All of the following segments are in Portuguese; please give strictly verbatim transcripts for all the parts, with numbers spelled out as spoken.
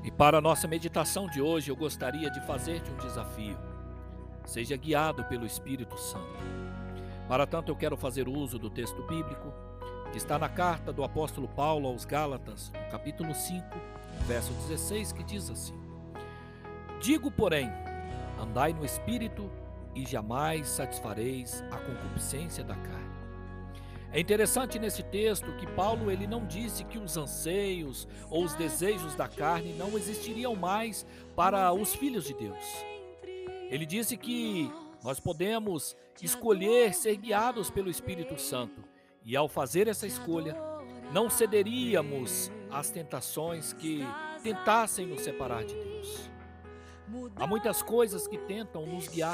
E para a nossa meditação de hoje, eu gostaria de fazer-te um desafio. Seja guiado pelo Espírito Santo. Para tanto, eu quero fazer uso do texto bíblico que está na carta do apóstolo Paulo aos Gálatas, no capítulo cinco, verso dezesseis, que diz assim: Digo, porém, andai no Espírito e jamais satisfareis a concupiscência da carne. É interessante nesse texto que Paulo ele não disse que os anseios ou os desejos da carne não existiriam mais para os filhos de Deus. Ele disse que nós podemos escolher ser guiados pelo Espírito Santo e ao fazer essa escolha, não cederíamos às tentações que tentassem nos separar de Deus. Há muitas coisas que tentam nos guiar,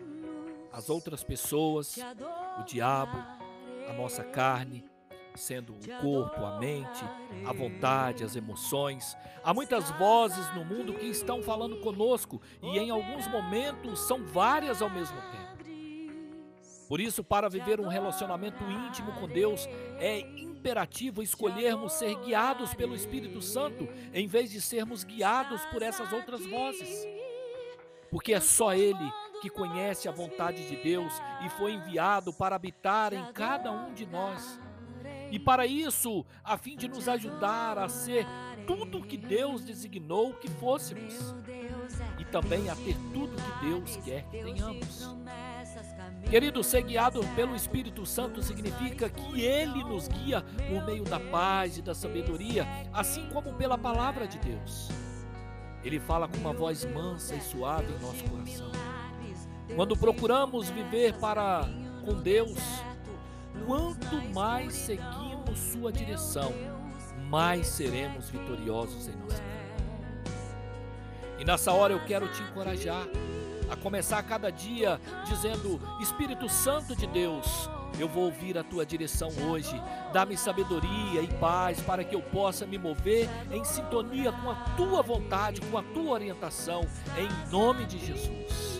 as outras pessoas, o diabo, a nossa carne, sendo o corpo, a mente, a vontade, as emoções. Há muitas vozes no mundo que estão falando conosco e em alguns momentos são várias ao mesmo tempo. Por isso, para viver um relacionamento íntimo com Deus, é imperativo escolhermos ser guiados pelo Espírito Santo em vez de sermos guiados por essas outras vozes. Porque é só Ele que conhece a vontade de Deus e foi enviado para habitar em cada um de nós. E para isso, a fim de nos ajudar a ser tudo o que Deus designou que fôssemos. E também a ter tudo que Deus quer que tenhamos. Querido, ser guiado pelo Espírito Santo significa que Ele nos guia por meio da paz e da sabedoria, assim como pela palavra de Deus. Ele fala com uma voz mansa e suave em nosso coração. Quando procuramos viver para com Deus, quanto mais seguimos sua direção, mais seremos vitoriosos em nossa vida. E nessa hora eu quero te encorajar a começar cada dia dizendo: Espírito Santo de Deus, eu vou ouvir a tua direção hoje. Dá-me sabedoria e paz para que eu possa me mover em sintonia com a tua vontade, com a tua orientação, em nome de Jesus.